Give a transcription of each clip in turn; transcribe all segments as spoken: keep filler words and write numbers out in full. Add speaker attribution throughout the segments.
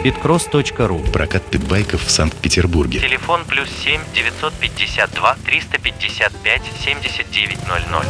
Speaker 1: питкросс точка ру.
Speaker 2: Прокат питбайков в Санкт-Петербурге.
Speaker 1: Телефон плюс семь девятьсот пятьдесят два триста пятьдесят пять семьдесят девять ноль ноль.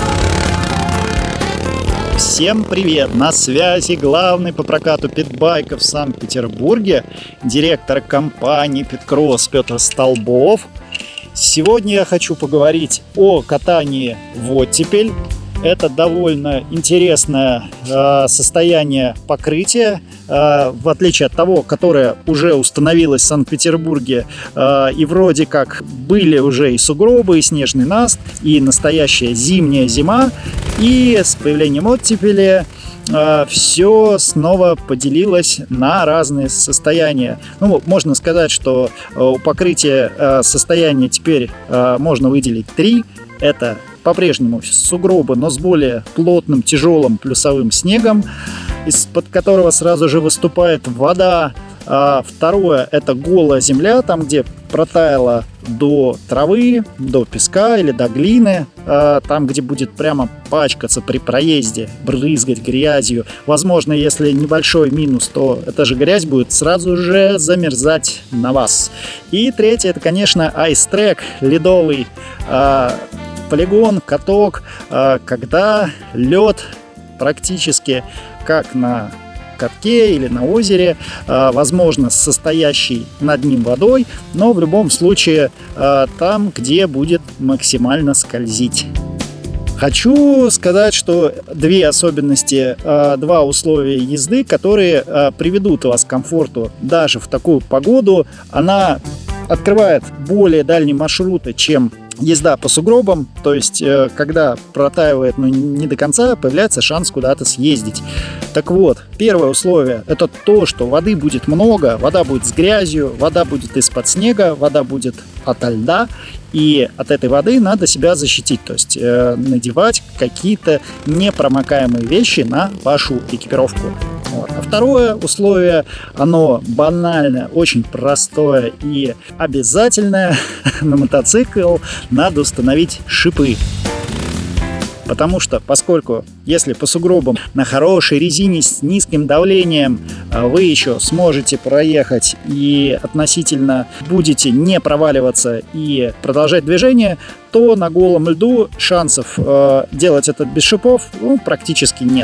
Speaker 3: Всем привет! На связи главный по прокату питбайков в Санкт-Петербурге, директор компании «Питкросс» Петр Столбов. Сегодня я хочу поговорить о катании в оттепель. Это довольно интересное э, состояние покрытия, э, в отличие от того, которое уже установилось в Санкт-Петербурге. Э, и вроде как были уже и сугробы, и снежный наст, и настоящая зимняя зима. И с появлением оттепели э, все снова поделилось на разные состояния. Ну, можно сказать, что э, у покрытия э, состояния теперь э, можно выделить три. Это по-прежнему сугробы, но с более плотным, тяжелым плюсовым снегом, из-под которого сразу же выступает вода. А второе – это голая земля, там, где протаяла до травы, до песка или до глины, а там, где будет прямо пачкаться при проезде, брызгать грязью. Возможно, если небольшой минус, то эта же грязь будет сразу же замерзать на вас. И третье – это, конечно, айс-трек, ледовый а, полигон, каток, когда лед практически как на катке или на озере, возможно, состоящий над ним водой, но в любом случае там, где будет максимально скользить. Хочу сказать, что две особенности, два условия езды, которые приведут вас к комфорту даже в такую погоду. Она открывает более дальние маршруты, чем езда по сугробам, то есть, когда протаивает, но не до конца, появляется шанс куда-то съездить. Так вот, первое условие – это то, что воды будет много, вода будет с грязью, вода будет из-под снега, вода будет ото льда, и от этой воды надо себя защитить, то есть э, надевать какие-то непромокаемые вещи на вашу экипировку. Вот. А второе условие, оно банальное, очень простое и обязательное. На мотоцикл надо установить шипы. Потому что, поскольку, если по сугробам на хорошей резине с низким давлением вы еще сможете проехать и относительно будете не проваливаться и продолжать движение, то на голом льду шансов э, делать это без шипов ну, практически нет.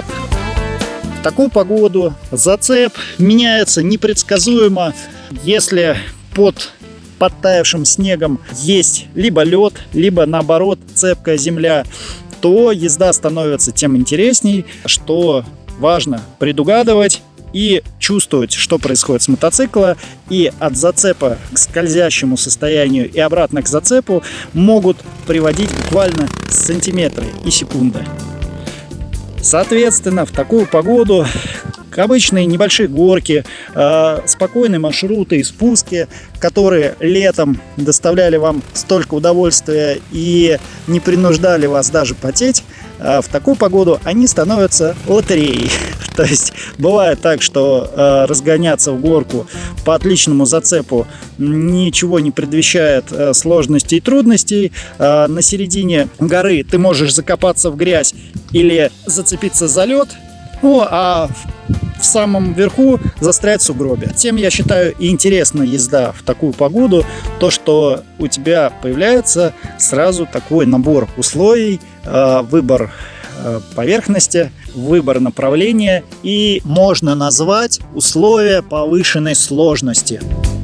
Speaker 3: В такую погоду зацеп меняется непредсказуемо. Если под подтаявшим снегом есть либо лед, либо наоборот цепкая земля, то езда становится тем интересней, что важно предугадывать и чувствовать, что происходит с мотоцикла, и от зацепа к скользящему состоянию и обратно к зацепу могут приводить буквально сантиметры и секунды. Соответственно, в такую погоду обычные небольшие горки, э, спокойные маршруты и спуски, которые летом доставляли вам столько удовольствия и не принуждали вас даже потеть, э, в такую погоду они становятся лотереей. То есть бывает так, что э, разгоняться в горку по отличному зацепу ничего не предвещает э, сложностей и трудностей. Э, на середине горы ты можешь закопаться в грязь или зацепиться за лед, ну а в самом верху застрять в сугробе. Тем, я считаю, и интересна езда в такую погоду, то, что у тебя появляется сразу такой набор условий, э, выбор э, поверхности, выбор направления, и можно назвать условия повышенной сложности.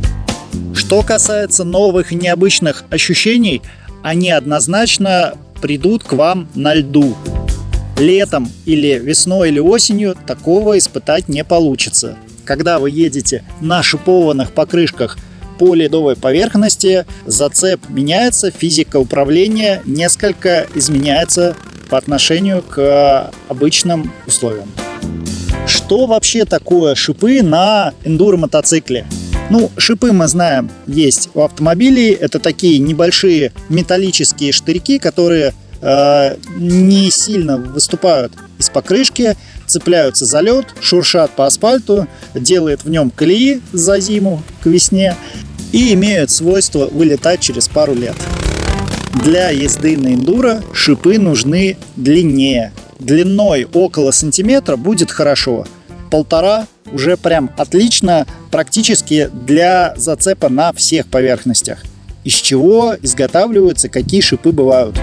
Speaker 3: Что касается новых и необычных ощущений, они однозначно придут к вам на льду. Летом или весной или осенью такого испытать не получится. Когда вы едете на шипованных покрышках по ледовой поверхности, зацеп меняется, физика управления несколько изменяется по отношению к обычным условиям. Что вообще такое шипы на эндуро-мотоцикле? Ну, шипы, мы знаем, есть у автомобилей. Это такие небольшие металлические штырьки, которые не сильно выступают из покрышки, цепляются за лед, шуршат по асфальту, делают в нем колеи за зиму к весне и имеют свойство вылетать через пару лет. Для езды на эндуро шипы нужны длиннее. Длиной около сантиметра будет хорошо. Полтора уже прям отлично, практически для зацепа на всех поверхностях. Из чего изготавливаются, какие шипы бывают.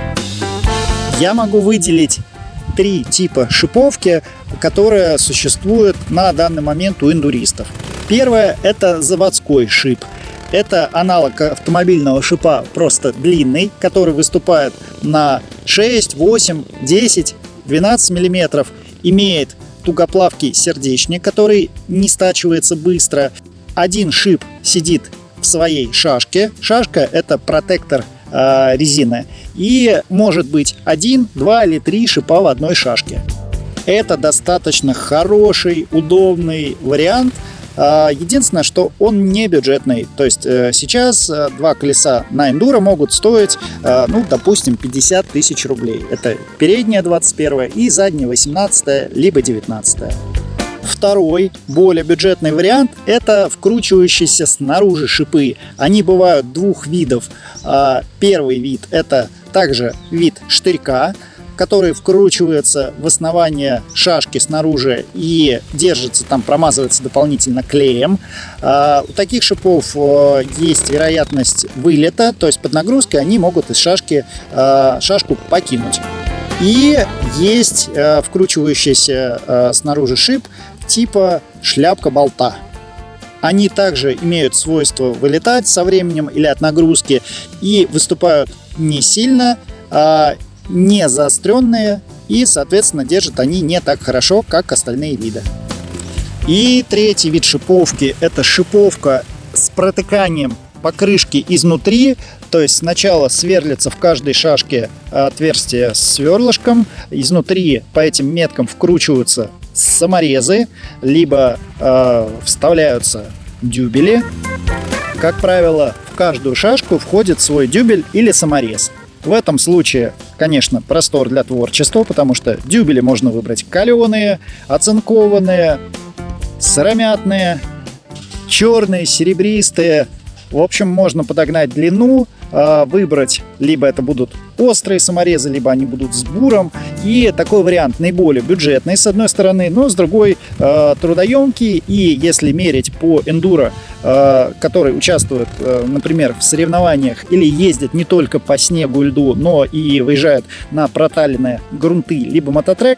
Speaker 3: Я могу выделить три типа шиповки, которые существуют на данный момент у эндуристов. Первое – это заводской шип. Это аналог автомобильного шипа, просто длинный, который выступает на шесть, восемь, десять, двенадцать миллиметров, имеет тугоплавкий сердечник, который не стачивается быстро. Один шип сидит в своей шашке. Шашка – это протектор э, резины. И может быть один, два или три шипа в одной шашке. Это достаточно хороший, удобный вариант. Единственное, что он не бюджетный. То есть сейчас два колеса на эндуро могут стоить, ну, допустим, пятьдесят тысяч рублей. Это передняя двадцать первая и задняя восемнадцатая, либо девятнадцатая. Второй, более бюджетный вариант – это вкручивающиеся снаружи шипы. Они бывают двух видов. Первый вид – это также вид штырька, который вкручивается в основание шашки снаружи и держится там, промазывается дополнительно клеем. А, у таких шипов а, есть вероятность вылета, то есть под нагрузкой они могут из шашки а, шашку покинуть. И есть а, вкручивающийся а, снаружи шип типа шляпка болта. Они также имеют свойство вылетать со временем или от нагрузки и выступают не сильно, а не заостренные, и, соответственно, держат они не так хорошо, как остальные виды. И третий вид шиповки – это шиповка с протыканием покрышки изнутри, то есть сначала сверлится в каждой шашке отверстие с сверлышком, изнутри по этим меткам вкручиваются саморезы, либо э, вставляются дюбели. Как правило, в каждую шашку входит свой дюбель или саморез. В этом случае, конечно, простор для творчества, потому что дюбели можно выбрать каленые, оцинкованные, сыромятные, черные, серебристые. В общем, можно подогнать длину, выбрать, либо это будут острые саморезы, либо они будут с буром. И такой вариант наиболее бюджетный, с одной стороны, но с другой трудоемкий. И если мерить по эндуро, которые участвуют, например, в соревнованиях или ездят не только по снегу и льду, но и выезжают на проталенные грунты, либо мототрек,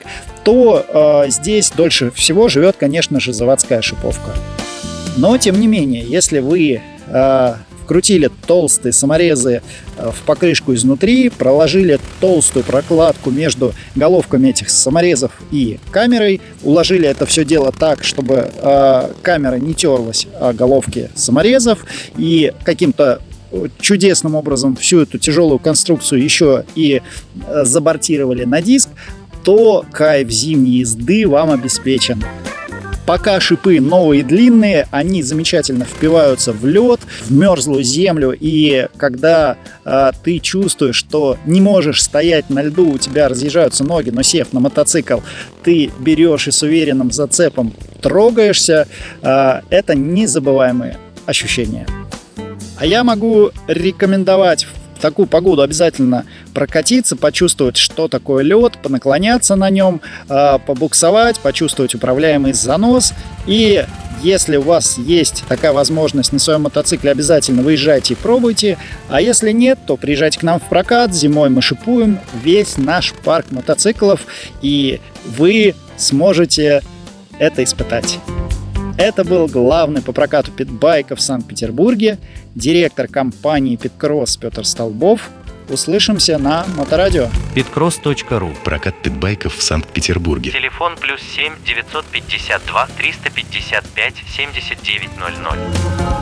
Speaker 3: то здесь дольше всего живет, конечно же, заводская шиповка. Но, тем не менее, если вы вкрутили толстые саморезы в покрышку изнутри, проложили толстую прокладку между головками этих саморезов и камерой, уложили это все дело так, чтобы э, камера не терлась о головки саморезов, и каким-то чудесным образом всю эту тяжелую конструкцию еще и э, забортировали на диск, то кайф зимней езды вам обеспечен. Пока шипы новые и длинные, они замечательно впиваются в лед, в мерзлую землю, и когда э, ты чувствуешь, что не можешь стоять на льду, у тебя разъезжаются ноги, но сев на мотоцикл, ты берешь и с уверенным зацепом трогаешься, э, это незабываемые ощущения. А я могу рекомендовать в такую погоду обязательно прокатиться, почувствовать, что такое лед, понаклоняться на нем, побуксовать, почувствовать управляемый занос. И если у вас есть такая возможность на своем мотоцикле, обязательно выезжайте и пробуйте. А если нет, то приезжайте к нам в прокат. Зимой мы шипуем весь наш парк мотоциклов, и вы сможете это испытать. Это был главный по прокату питбайков в Санкт-Петербурге, директор компании «Питкросс» Петр Столбов. Услышимся на Моторадио.
Speaker 1: питкросс точка ру.
Speaker 2: Прокат питбайков в Санкт-Петербурге.
Speaker 1: Телефон плюс семь девятьсот пятьдесят два триста пятьдесят пять семьдесят девять ноль ноль.